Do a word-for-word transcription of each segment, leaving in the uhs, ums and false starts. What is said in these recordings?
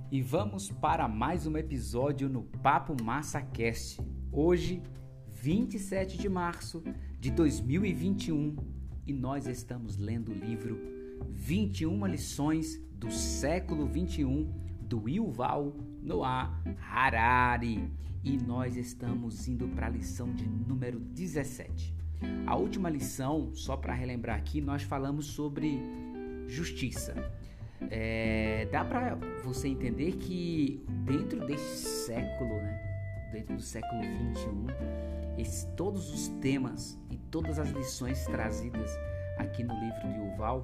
E vamos para mais um episódio no Papo Massa Cast. Hoje, vinte e sete de março de dois mil e vinte e um, e nós estamos lendo o livro vinte e uma lições do século vinte e um do Yuval Noah Harari. E nós estamos indo para a lição de número dezessete. A última lição, só para relembrar aqui, nós falamos sobre justiça. É, dá para você entender que dentro deste século, né, dentro do século vinte e um, esse, todos os temas e todas as lições trazidas aqui no livro de Yuval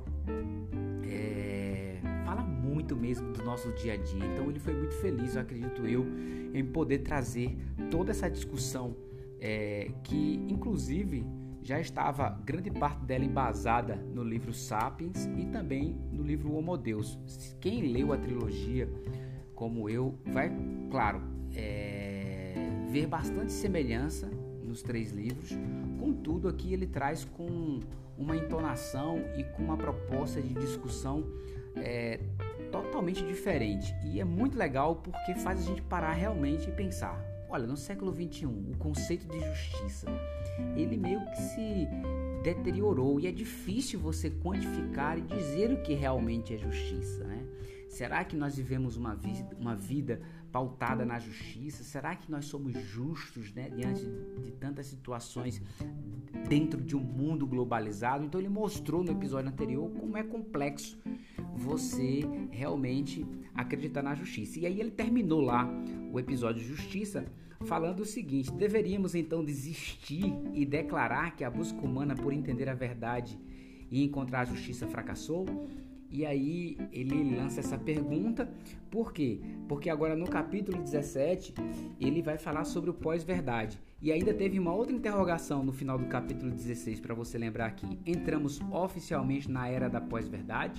é, fala muito mesmo do nosso dia a dia. Então ele foi muito feliz, eu acredito eu, em poder trazer toda essa discussão é, que inclusive já estava grande parte dela embasada no livro Sapiens e também no livro Homo Deus. Quem leu a trilogia, como eu, vai, claro, é, ver bastante semelhança nos três livros. Contudo, aqui ele traz com uma entonação e com uma proposta de discussão é, totalmente diferente. E é muito legal porque faz a gente parar realmente e pensar. Olha, no século vinte e um, o conceito de justiça, ele meio que se deteriorou e é difícil você quantificar e dizer o que realmente é justiça, né? Será que nós vivemos uma vida, uma vida pautada na justiça? Será que nós somos justos, né, diante de tantas situações dentro de um mundo globalizado? Então ele mostrou no episódio anterior como é complexo você realmente acreditar na justiça. E aí ele terminou lá o episódio de justiça falando o seguinte: deveríamos então desistir e declarar que a busca humana por entender a verdade e encontrar a justiça fracassou? E aí ele lança essa pergunta, por quê? Porque agora no capítulo dezessete ele vai falar sobre o pós-verdade. E ainda teve uma outra interrogação no final do capítulo dezesseis, para você lembrar aqui: entramos oficialmente na era da pós-verdade?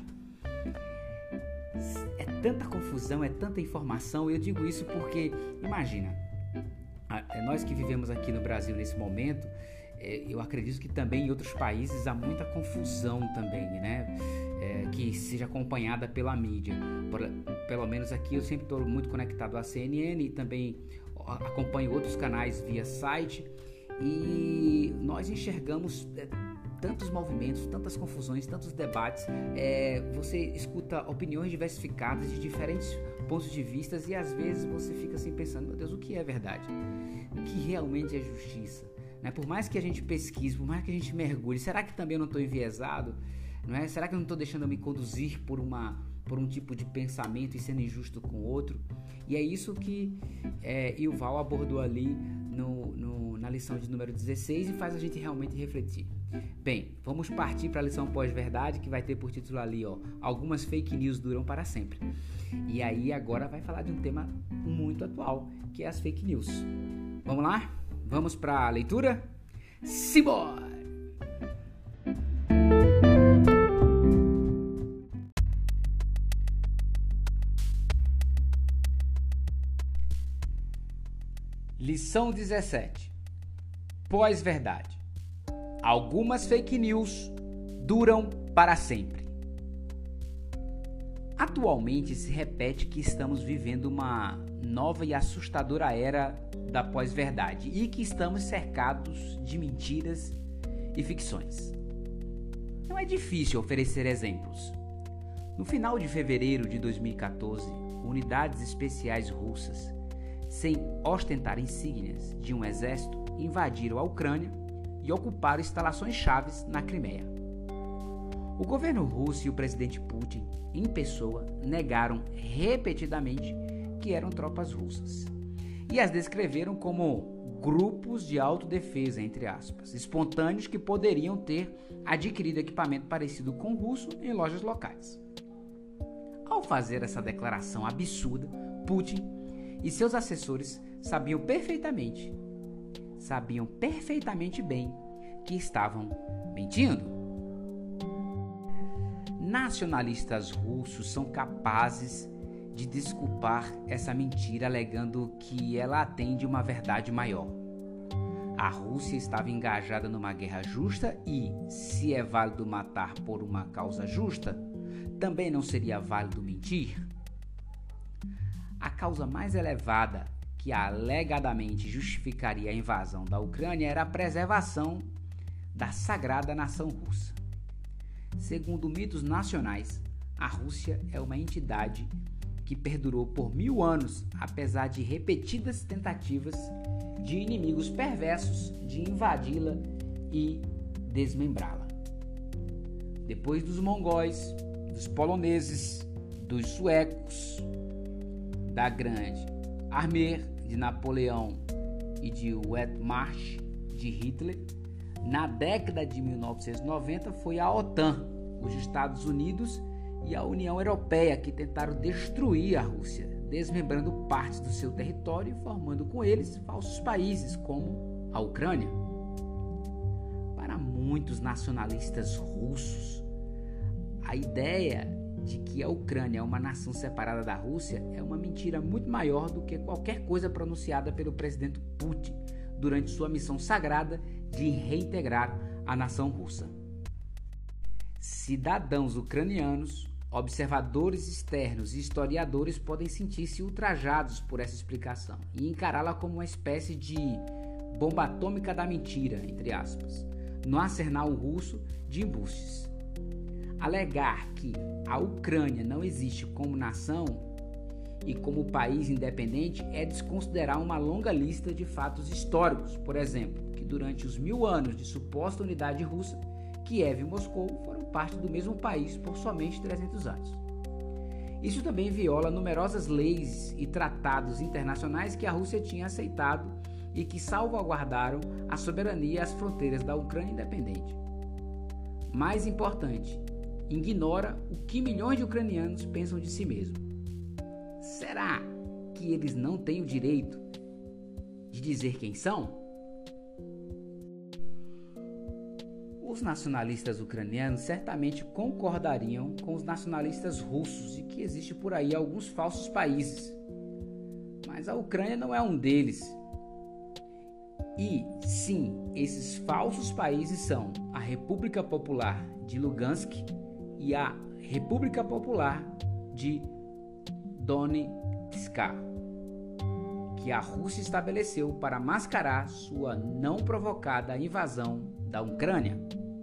É tanta confusão, é tanta informação. Eu digo isso porque, imagina, nós que vivemos aqui no Brasil nesse momento, eu acredito que também em outros países há muita confusão também, né? É, que seja acompanhada pela mídia. Por, pelo menos aqui eu sempre estou muito conectado à C N N e também acompanho outros canais via site, e nós enxergamos é, tantos movimentos, tantas confusões, tantos debates. É, você escuta opiniões diversificadas de diferentes pontos de vista e às vezes você fica assim pensando: meu Deus, o que é verdade? O que realmente é justiça? Né? Por mais que a gente pesquise, por mais que a gente mergulhe, será que também eu não estou enviesado? Não é? Será que eu não estou deixando eu me conduzir por, uma, por um tipo de pensamento e sendo injusto com o outro? E é isso que é, Yuval abordou ali no, no, na lição de número dezesseis e faz a gente realmente refletir. Bem, vamos partir para a lição pós-verdade, que vai ter por título ali, ó, algumas fake news duram para sempre. E aí agora vai falar de um tema muito atual, que é as fake news. Vamos lá? Vamos para a leitura? Simbora! Lição dezessete. Pós-verdade. Algumas fake news duram para sempre. Atualmente se repete que estamos vivendo uma nova e assustadora era da pós-verdade e que estamos cercados de mentiras e ficções. Não é difícil oferecer exemplos. No final de fevereiro de dois mil e catorze, unidades especiais russas, sem ostentar insígnias de um exército, invadiram a Ucrânia e ocuparam instalações chaves na Crimeia. O governo russo e o presidente Putin, em pessoa, negaram repetidamente que eram tropas russas e as descreveram como grupos de autodefesa, entre aspas, espontâneos que poderiam ter adquirido equipamento parecido com o russo em lojas locais. Ao fazer essa declaração absurda, Putin e seus assessores sabiam perfeitamente, sabiam perfeitamente bem que estavam mentindo. Nacionalistas russos são capazes de desculpar essa mentira alegando que ela atende uma verdade maior. A Rússia estava engajada numa guerra justa e, se é válido matar por uma causa justa, também não seria válido mentir? A causa mais elevada que alegadamente justificaria a invasão da Ucrânia era a preservação da sagrada nação russa. Segundo mitos nacionais, a Rússia é uma entidade que perdurou por mil anos, apesar de repetidas tentativas de inimigos perversos de invadi-la e desmembrá-la. Depois dos mongóis, dos poloneses, dos suecos, da Grande Armée de Napoleão e de Wehrmacht de Hitler, na década de mil novecentos e noventa foi a OTAN, os Estados Unidos e a União Europeia que tentaram destruir a Rússia, desmembrando partes do seu território e formando com eles falsos países como a Ucrânia. Para muitos nacionalistas russos, a ideia de que a Ucrânia é uma nação separada da Rússia é uma mentira muito maior do que qualquer coisa pronunciada pelo presidente Putin durante sua missão sagrada de reintegrar a nação russa. Cidadãos ucranianos, observadores externos e historiadores podem sentir-se ultrajados por essa explicação e encará-la como uma espécie de bomba atômica da mentira, entre aspas, no arsenal russo de embustes. Alegar que a Ucrânia não existe como nação e como país independente é desconsiderar uma longa lista de fatos históricos. Por exemplo, que durante os mil anos de suposta unidade russa, Kiev e Moscou foram parte do mesmo país por somente trezentos anos. Isso também viola numerosas leis e tratados internacionais que a Rússia tinha aceitado e que salvaguardaram a soberania e as fronteiras da Ucrânia independente. Mais importante, ignora o que milhões de ucranianos pensam de si mesmos. Será que eles não têm o direito de dizer quem são? Os nacionalistas ucranianos certamente concordariam com os nacionalistas russos de que existe por aí alguns falsos países. Mas a Ucrânia não é um deles. E, sim, esses falsos países são a República Popular de Lugansk e a República Popular de Donetsk, que a Rússia estabeleceu para mascarar sua não provocada invasão da Ucrânia.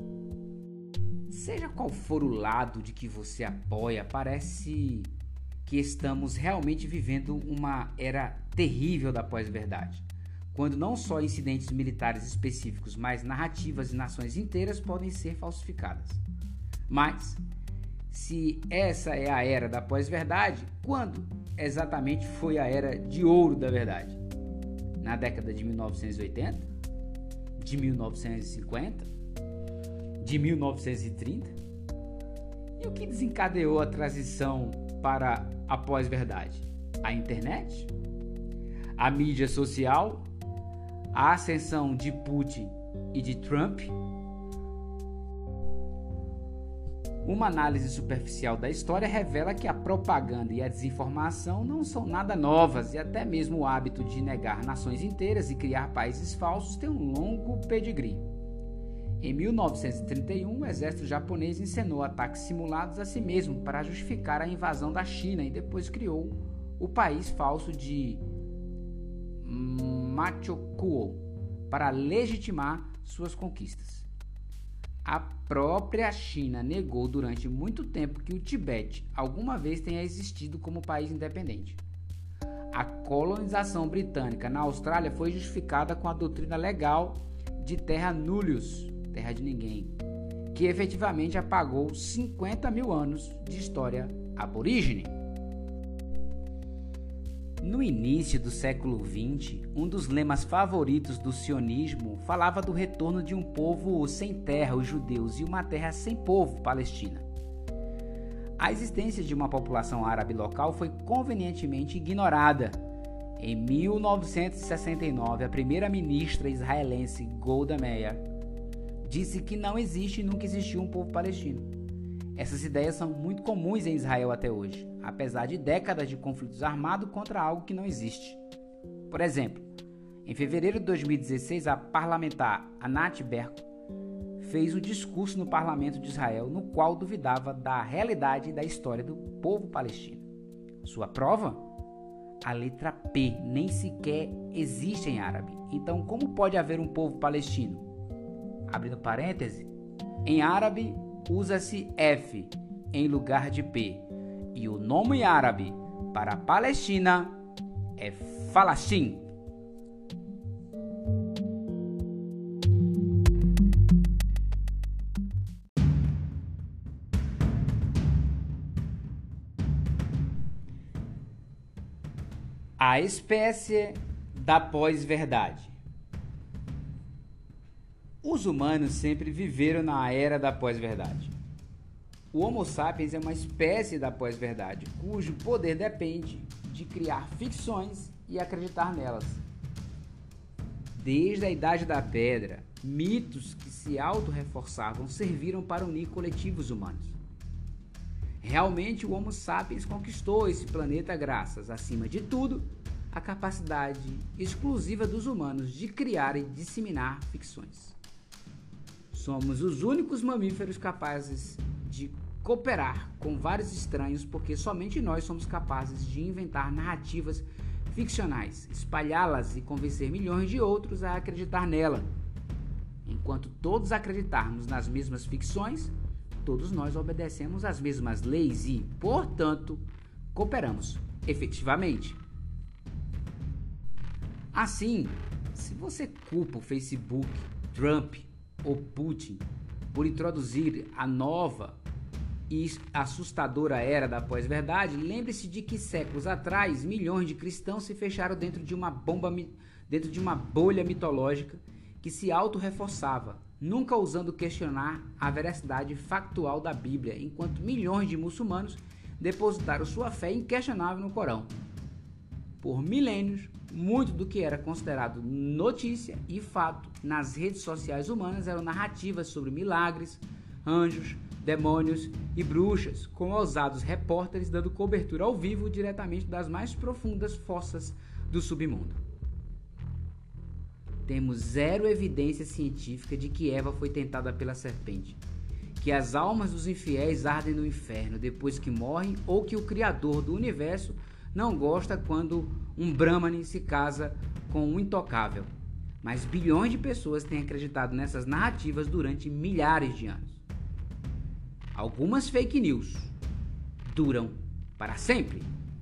Seja qual for o lado de que você apoia, parece que estamos realmente vivendo uma era terrível da pós-verdade, quando não só incidentes militares específicos, mas narrativas de nações inteiras podem ser falsificadas. Mas, se essa é a era da pós-verdade, quando exatamente foi a era de ouro da verdade? Na década de mil novecentos e oitenta? De mil novecentos e cinquenta? De mil novecentos e trinta? E o que desencadeou a transição para a pós-verdade? A internet? A mídia social? A ascensão de Putin e de Trump? Uma análise superficial da história revela que a propaganda e a desinformação não são nada novas e até mesmo o hábito de negar nações inteiras e criar países falsos tem um longo pedigree. Em mil novecentos e trinta e um, o exército japonês encenou ataques simulados a si mesmo para justificar a invasão da China e depois criou o país falso de Manchukuo para legitimar suas conquistas. A própria China negou durante muito tempo que o Tibete alguma vez tenha existido como país independente. A colonização britânica na Austrália foi justificada com a doutrina legal de terra nullius, terra de ninguém, que efetivamente apagou cinquenta mil anos de história aborígene. No início do século vinte, um dos lemas favoritos do sionismo falava do retorno de um povo sem terra, os judeus, e uma terra sem povo, Palestina. A existência de uma população árabe local foi convenientemente ignorada. Em mil novecentos e sessenta e nove, a primeira-ministra israelense Golda Meir disse que não existe e nunca existiu um povo palestino. Essas ideias são muito comuns em Israel até hoje, apesar de décadas de conflitos armados contra algo que não existe. Por exemplo, em fevereiro de dois mil e dezesseis, a parlamentar Anat Berko fez um discurso no parlamento de Israel no qual duvidava da realidade e da história do povo palestino. Sua prova? a letra P nem sequer existe em árabe. Então, como pode haver um povo palestino? Abrindo parêntese, em árabe usa-se F em lugar de P. E o nome árabe para a Palestina é Falastim. A espécie da pós-verdade. Os humanos sempre viveram na era da pós-verdade. O Homo sapiens é uma espécie da pós-verdade, cujo poder depende de criar ficções e acreditar nelas. Desde a Idade da Pedra, mitos que se auto-reforçavam serviram para unir coletivos humanos. Realmente, o Homo sapiens conquistou esse planeta graças, acima de tudo, à capacidade exclusiva dos humanos de criar e disseminar ficções. Somos os únicos mamíferos capazes de cooperar com vários estranhos, porque somente nós somos capazes de inventar narrativas ficcionais, espalhá-las e convencer milhões de outros a acreditar nela. Enquanto todos acreditarmos nas mesmas ficções, todos nós obedecemos às mesmas leis e, portanto, cooperamos efetivamente. Assim, se você culpa o Facebook, Trump ou Putin por introduzir a nova e assustadora era da pós-verdade, lembre-se de que séculos atrás, milhões de cristãos se fecharam dentro de uma bomba, dentro de uma bolha mitológica que se auto-reforçava, nunca ousando questionar a veracidade factual da Bíblia, enquanto milhões de muçulmanos depositaram sua fé inquestionável no Corão. Por milênios, muito do que era considerado notícia e fato nas redes sociais humanas eram narrativas sobre milagres, anjos, demônios e bruxas, com ousados repórteres dando cobertura ao vivo diretamente das mais profundas fossas do submundo. Temos zero evidência científica de que Eva foi tentada pela serpente, que as almas dos infiéis ardem no inferno depois que morrem ou que o Criador do universo não gosta quando um Brahmane se casa com um intocável. Mas bilhões de pessoas têm acreditado nessas narrativas durante milhares de anos. Algumas fake news duram para sempre.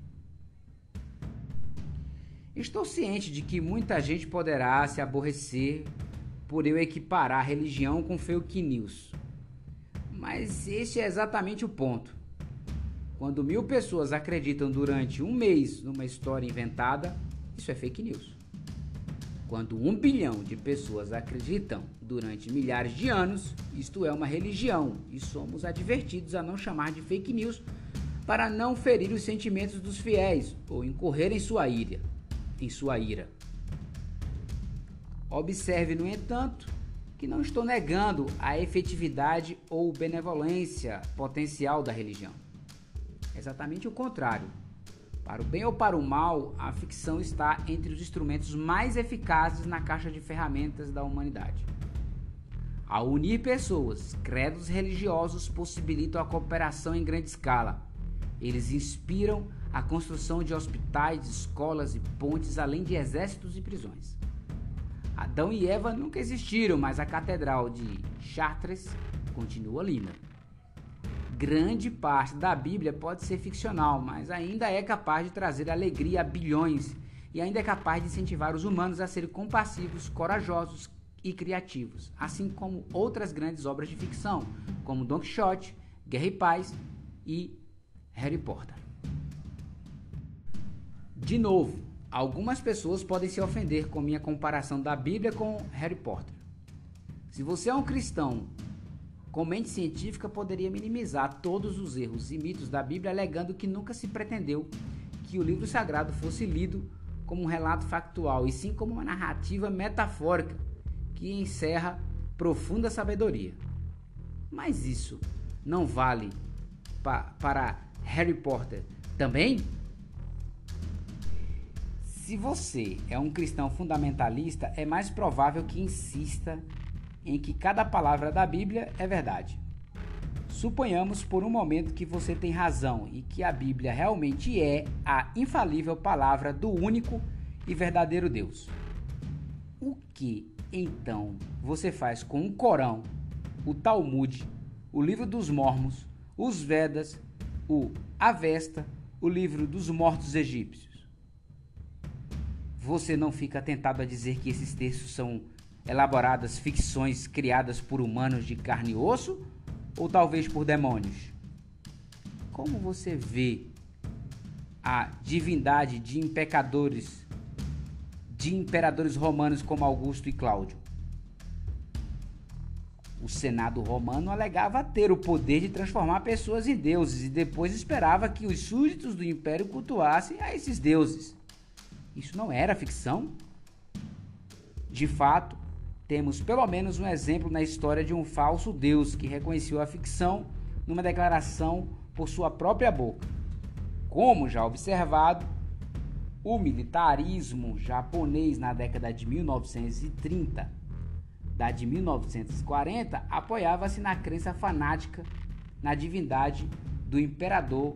Estou ciente de que muita gente poderá se aborrecer por eu equiparar a religião com fake news. Mas este é exatamente o ponto. Quando mil pessoas acreditam durante um mês numa história inventada, isso é fake news. Quando um bilhão de pessoas acreditam durante milhares de anos, isto é uma religião e somos advertidos a não chamar de fake news para não ferir os sentimentos dos fiéis ou incorrer em sua ira. Em sua ira. Observe, no entanto, que não estou negando a efetividade ou benevolência potencial da religião. É exatamente o contrário. Para o bem ou para o mal, a ficção está entre os instrumentos mais eficazes na caixa de ferramentas da humanidade. Ao unir pessoas, credos religiosos possibilitam a cooperação em grande escala. Eles inspiram a construção de hospitais, escolas e pontes, além de exércitos e prisões. Adão e Eva nunca existiram, mas a Catedral de Chartres continua linda. Grande parte da Bíblia pode ser ficcional, mas ainda é capaz de trazer alegria a bilhões e ainda é capaz de incentivar os humanos a serem compassivos, corajosos e criativos, assim como outras grandes obras de ficção, como Don Quixote, Guerra e Paz e Harry Potter. De novo, algumas pessoas podem se ofender com minha comparação da Bíblia com Harry Potter. Se você é um cristão com mente científica, poderia minimizar todos os erros e mitos da Bíblia, alegando que nunca se pretendeu que o livro sagrado fosse lido como um relato factual, e sim como uma narrativa metafórica que encerra profunda sabedoria. Mas isso não vale pa- para Harry Potter também? Se você é um cristão fundamentalista, é mais provável que insista em que cada palavra da Bíblia é verdade. Suponhamos por um momento que você tem razão e que a Bíblia realmente é a infalível palavra do único e verdadeiro Deus. O que, então, você faz com o Corão, o Talmud, o Livro dos Mormons, os Vedas, o Avesta, o Livro dos Mortos Egípcios? Você não fica tentado a dizer que esses textos são elaboradas ficções criadas por humanos de carne e osso? Ou talvez por demônios? Como você vê a divindade de impecadores, de imperadores romanos como Augusto e Cláudio? O Senado romano alegava ter o poder de transformar pessoas em deuses e depois esperava que os súditos do império cultuassem a esses deuses. Isso não era ficção? De fato, temos pelo menos um exemplo na história de um falso deus que reconheceu a ficção numa declaração por sua própria boca. Como já observado, o militarismo japonês na década de mil novecentos e trinta, da de mil novecentos e quarenta, apoiava-se na crença fanática na divindade do imperador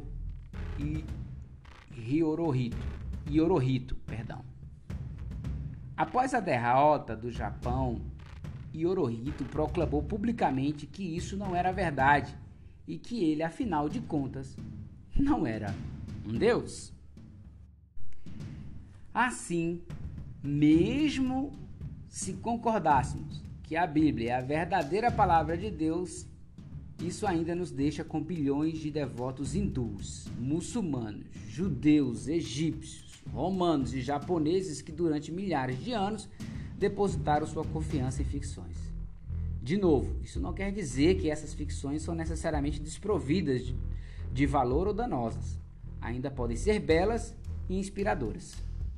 Hirohito, Hirohito, perdão. Após a derrota do Japão, Hirohito proclamou publicamente que isso não era verdade e que ele, afinal de contas, não era um deus. Assim, mesmo se concordássemos que a Bíblia é a verdadeira palavra de Deus, isso ainda nos deixa com bilhões de devotos hindus, muçulmanos, judeus, egípcios, romanos e japoneses que durante milhares de anos depositaram sua confiança em ficções. De novo, isso não quer dizer que essas ficções são necessariamente desprovidas de, de valor ou danosas. Ainda podem ser belas e inspiradoras.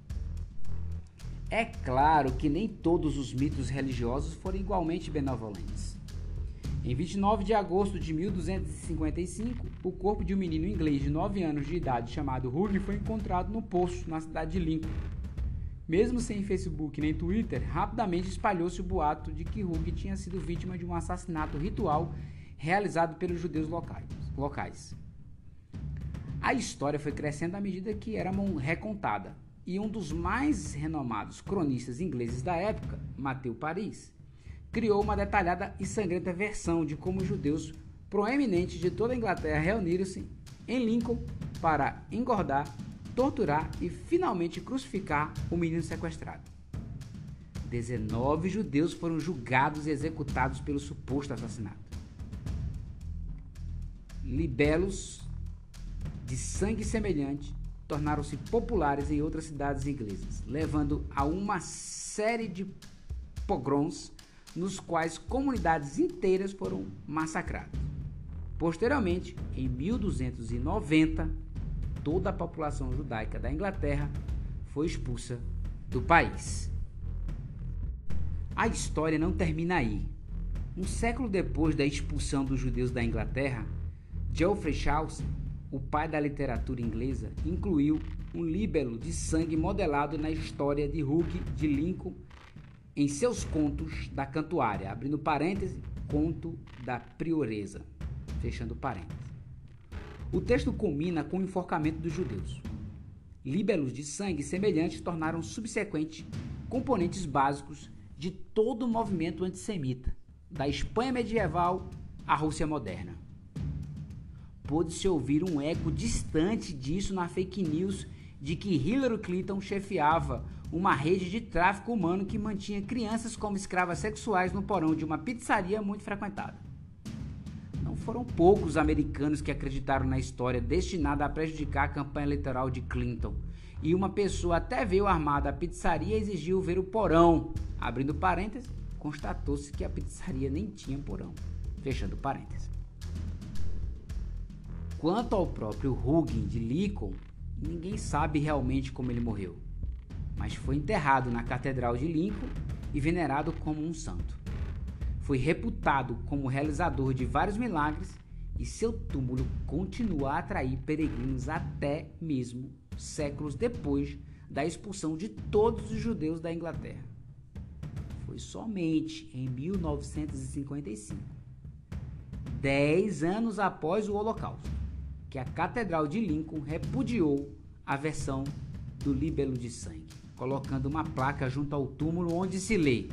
É claro que nem todos os mitos religiosos foram igualmente benevolentes. Em vinte e nove de agosto de mil duzentos e cinquenta e cinco, o corpo de um menino inglês de nove anos de idade chamado Hugh foi encontrado no poço na cidade de Lincoln. Mesmo sem Facebook nem Twitter, rapidamente espalhou-se o boato de que Hugh tinha sido vítima de um assassinato ritual realizado pelos judeus locais. A história foi crescendo à medida que era recontada, e um dos mais renomados cronistas ingleses da época, Matthew Paris, criou uma detalhada e sangrenta versão de como os judeus proeminentes de toda a Inglaterra reuniram-se em Lincoln para engordar, torturar e finalmente crucificar o menino sequestrado. dezenove judeus foram julgados e executados pelo suposto assassinato. Libelos de sangue semelhante tornaram-se populares em outras cidades inglesas, levando a uma série de pogroms nos quais comunidades inteiras foram massacradas. Posteriormente, em mil duzentos e noventa, toda a população judaica da Inglaterra foi expulsa do país. A história não termina aí. Um século depois da expulsão dos judeus da Inglaterra, Geoffrey Chaucer, o pai da literatura inglesa, incluiu um líbelo de sangue modelado na história de Hugh de Lincoln em seus contos da Cantuária, abrindo parêntese, conto da prioresa, fechando parêntese. O texto culmina com o enforcamento dos judeus. Líbelos de sangue semelhantes tornaram subsequentes componentes básicos de todo o movimento antissemita, da Espanha medieval à Rússia moderna. Pôde-se ouvir um eco distante disso na fake news de que Hillary Clinton chefiava uma rede de tráfico humano que mantinha crianças como escravas sexuais no porão de uma pizzaria muito frequentada. Não foram poucos americanos que acreditaram na história destinada a prejudicar a campanha eleitoral de Clinton, e uma pessoa até veio armada à pizzaria e exigiu ver o porão. Abrindo parênteses, constatou-se que a pizzaria nem tinha porão. Fechando parênteses. Quanto ao próprio Hugh de Lincoln, ninguém sabe realmente como ele morreu, mas foi enterrado na Catedral de Lincoln e venerado como um santo. Foi reputado como realizador de vários milagres e seu túmulo continua a atrair peregrinos até mesmo séculos depois da expulsão de todos os judeus da Inglaterra. Foi somente em mil novecentos e cinquenta e cinco, dez anos após o Holocausto, que a Catedral de Lincoln repudiou a versão do libelo de sangue, colocando uma placa junto ao túmulo onde se lê: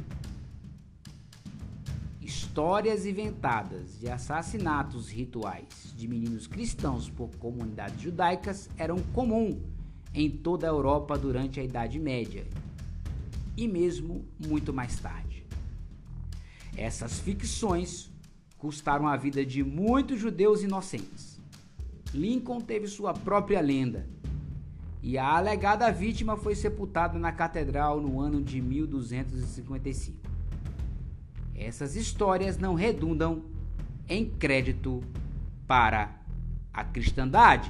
histórias inventadas de assassinatos rituais de meninos cristãos por comunidades judaicas eram comum em toda a Europa durante a Idade Média e mesmo muito mais tarde. Essas ficções custaram a vida de muitos judeus inocentes. Lincoln teve sua própria lenda, e a alegada vítima foi sepultada na catedral no ano de mil duzentos e cinquenta e cinco. Essas histórias não redundam em crédito para a cristandade.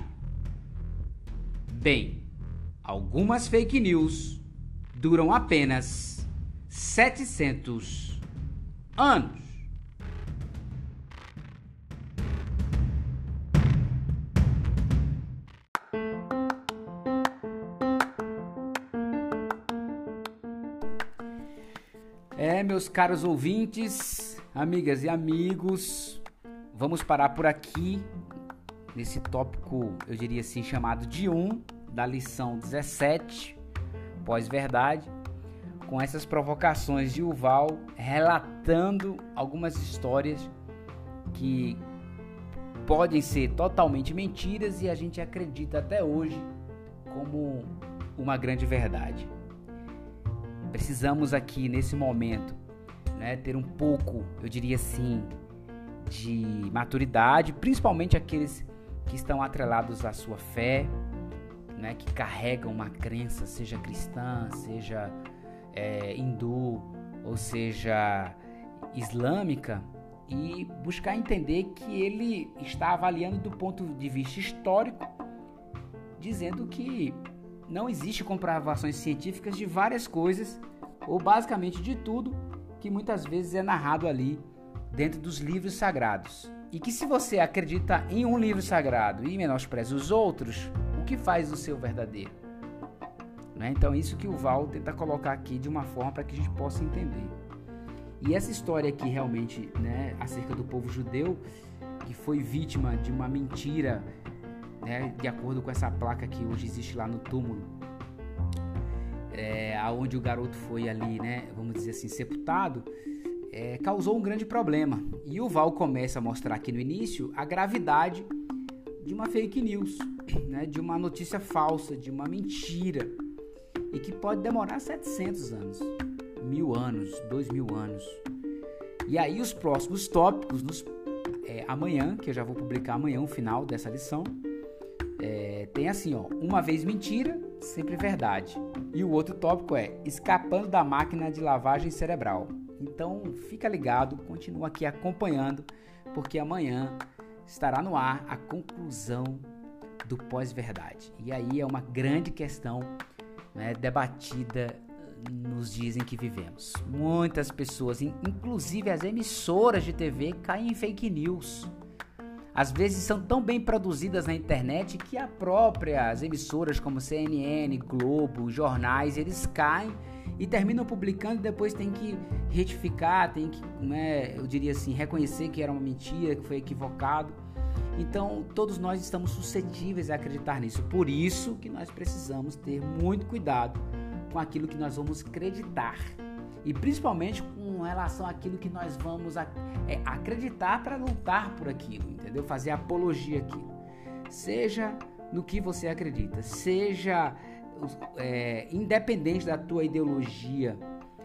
Bem, algumas fake news duram apenas setecentos anos. É, meus caros ouvintes, amigas e amigos, vamos parar por aqui nesse tópico, eu diria assim, chamado de um, da lição dezessete, pós-verdade, com essas provocações de Yuval, relatando algumas histórias que podem ser totalmente mentiras e a gente acredita até hoje como uma grande verdade. Precisamos aqui, nesse momento, né, ter um pouco, eu diria assim, de maturidade, principalmente aqueles que estão atrelados à sua fé, né, que carregam uma crença, seja cristã, seja é, hindu, ou seja islâmica, e buscar entender que ele está avaliando do ponto de vista histórico, dizendo que não existe comprovações científicas de várias coisas, ou basicamente de tudo, que muitas vezes é narrado ali dentro dos livros sagrados. E que se você acredita em um livro sagrado e menospreza os outros, o que faz o seu verdadeiro? Né? Então isso que o Val tenta colocar aqui de uma forma para que a gente possa entender. E essa história aqui realmente, né, acerca do povo judeu, que foi vítima de uma mentira, né, de acordo com essa placa que hoje existe lá no túmulo, é, aonde o garoto foi ali, né, vamos dizer assim, sepultado, é, causou um grande problema. E o Val começa a mostrar aqui no início a gravidade de uma fake news, né, de uma notícia falsa, de uma mentira, e que pode demorar setecentos anos, mil anos, dois mil anos. E aí os próximos tópicos, nos, é, amanhã, que eu já vou publicar amanhã o final dessa lição, É, tem assim, ó, uma vez mentira, sempre verdade. E o outro tópico é escapando da máquina de lavagem cerebral. Então fica ligado, continua aqui acompanhando, porque amanhã estará no ar a conclusão do pós-verdade. E aí é uma grande questão, né, debatida nos dias em que vivemos. Muitas pessoas, inclusive as emissoras de T V, caem em fake news. Às vezes são tão bem produzidas na internet que as próprias emissoras como C N N, Globo, jornais, eles caem e terminam publicando e depois tem que retificar, tem que, né, eu diria assim, reconhecer que era uma mentira, que foi equivocado. Então, todos nós estamos suscetíveis a acreditar nisso. Por isso que nós precisamos ter muito cuidado com aquilo que nós vamos acreditar. E principalmente com relação àquilo que nós vamos a, é, acreditar para lutar por aquilo, entendeu? Fazer apologia àquilo. Seja no que você acredita, seja é, independente da tua ideologia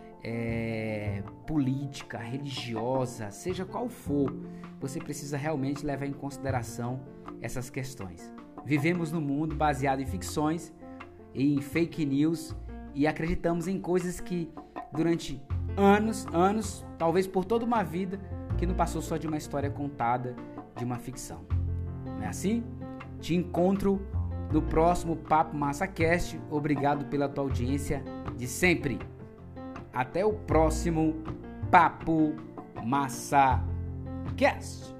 é, política, religiosa, seja qual for, você precisa realmente levar em consideração essas questões. Vivemos num mundo baseado em ficções, em fake news, e acreditamos em coisas que durante anos, anos, talvez por toda uma vida, que não passou só de uma história contada, de uma ficção. Não é assim? Te encontro no próximo Papo Massa Cast. Obrigado pela tua audiência de sempre. Até o próximo Papo Massa Cast.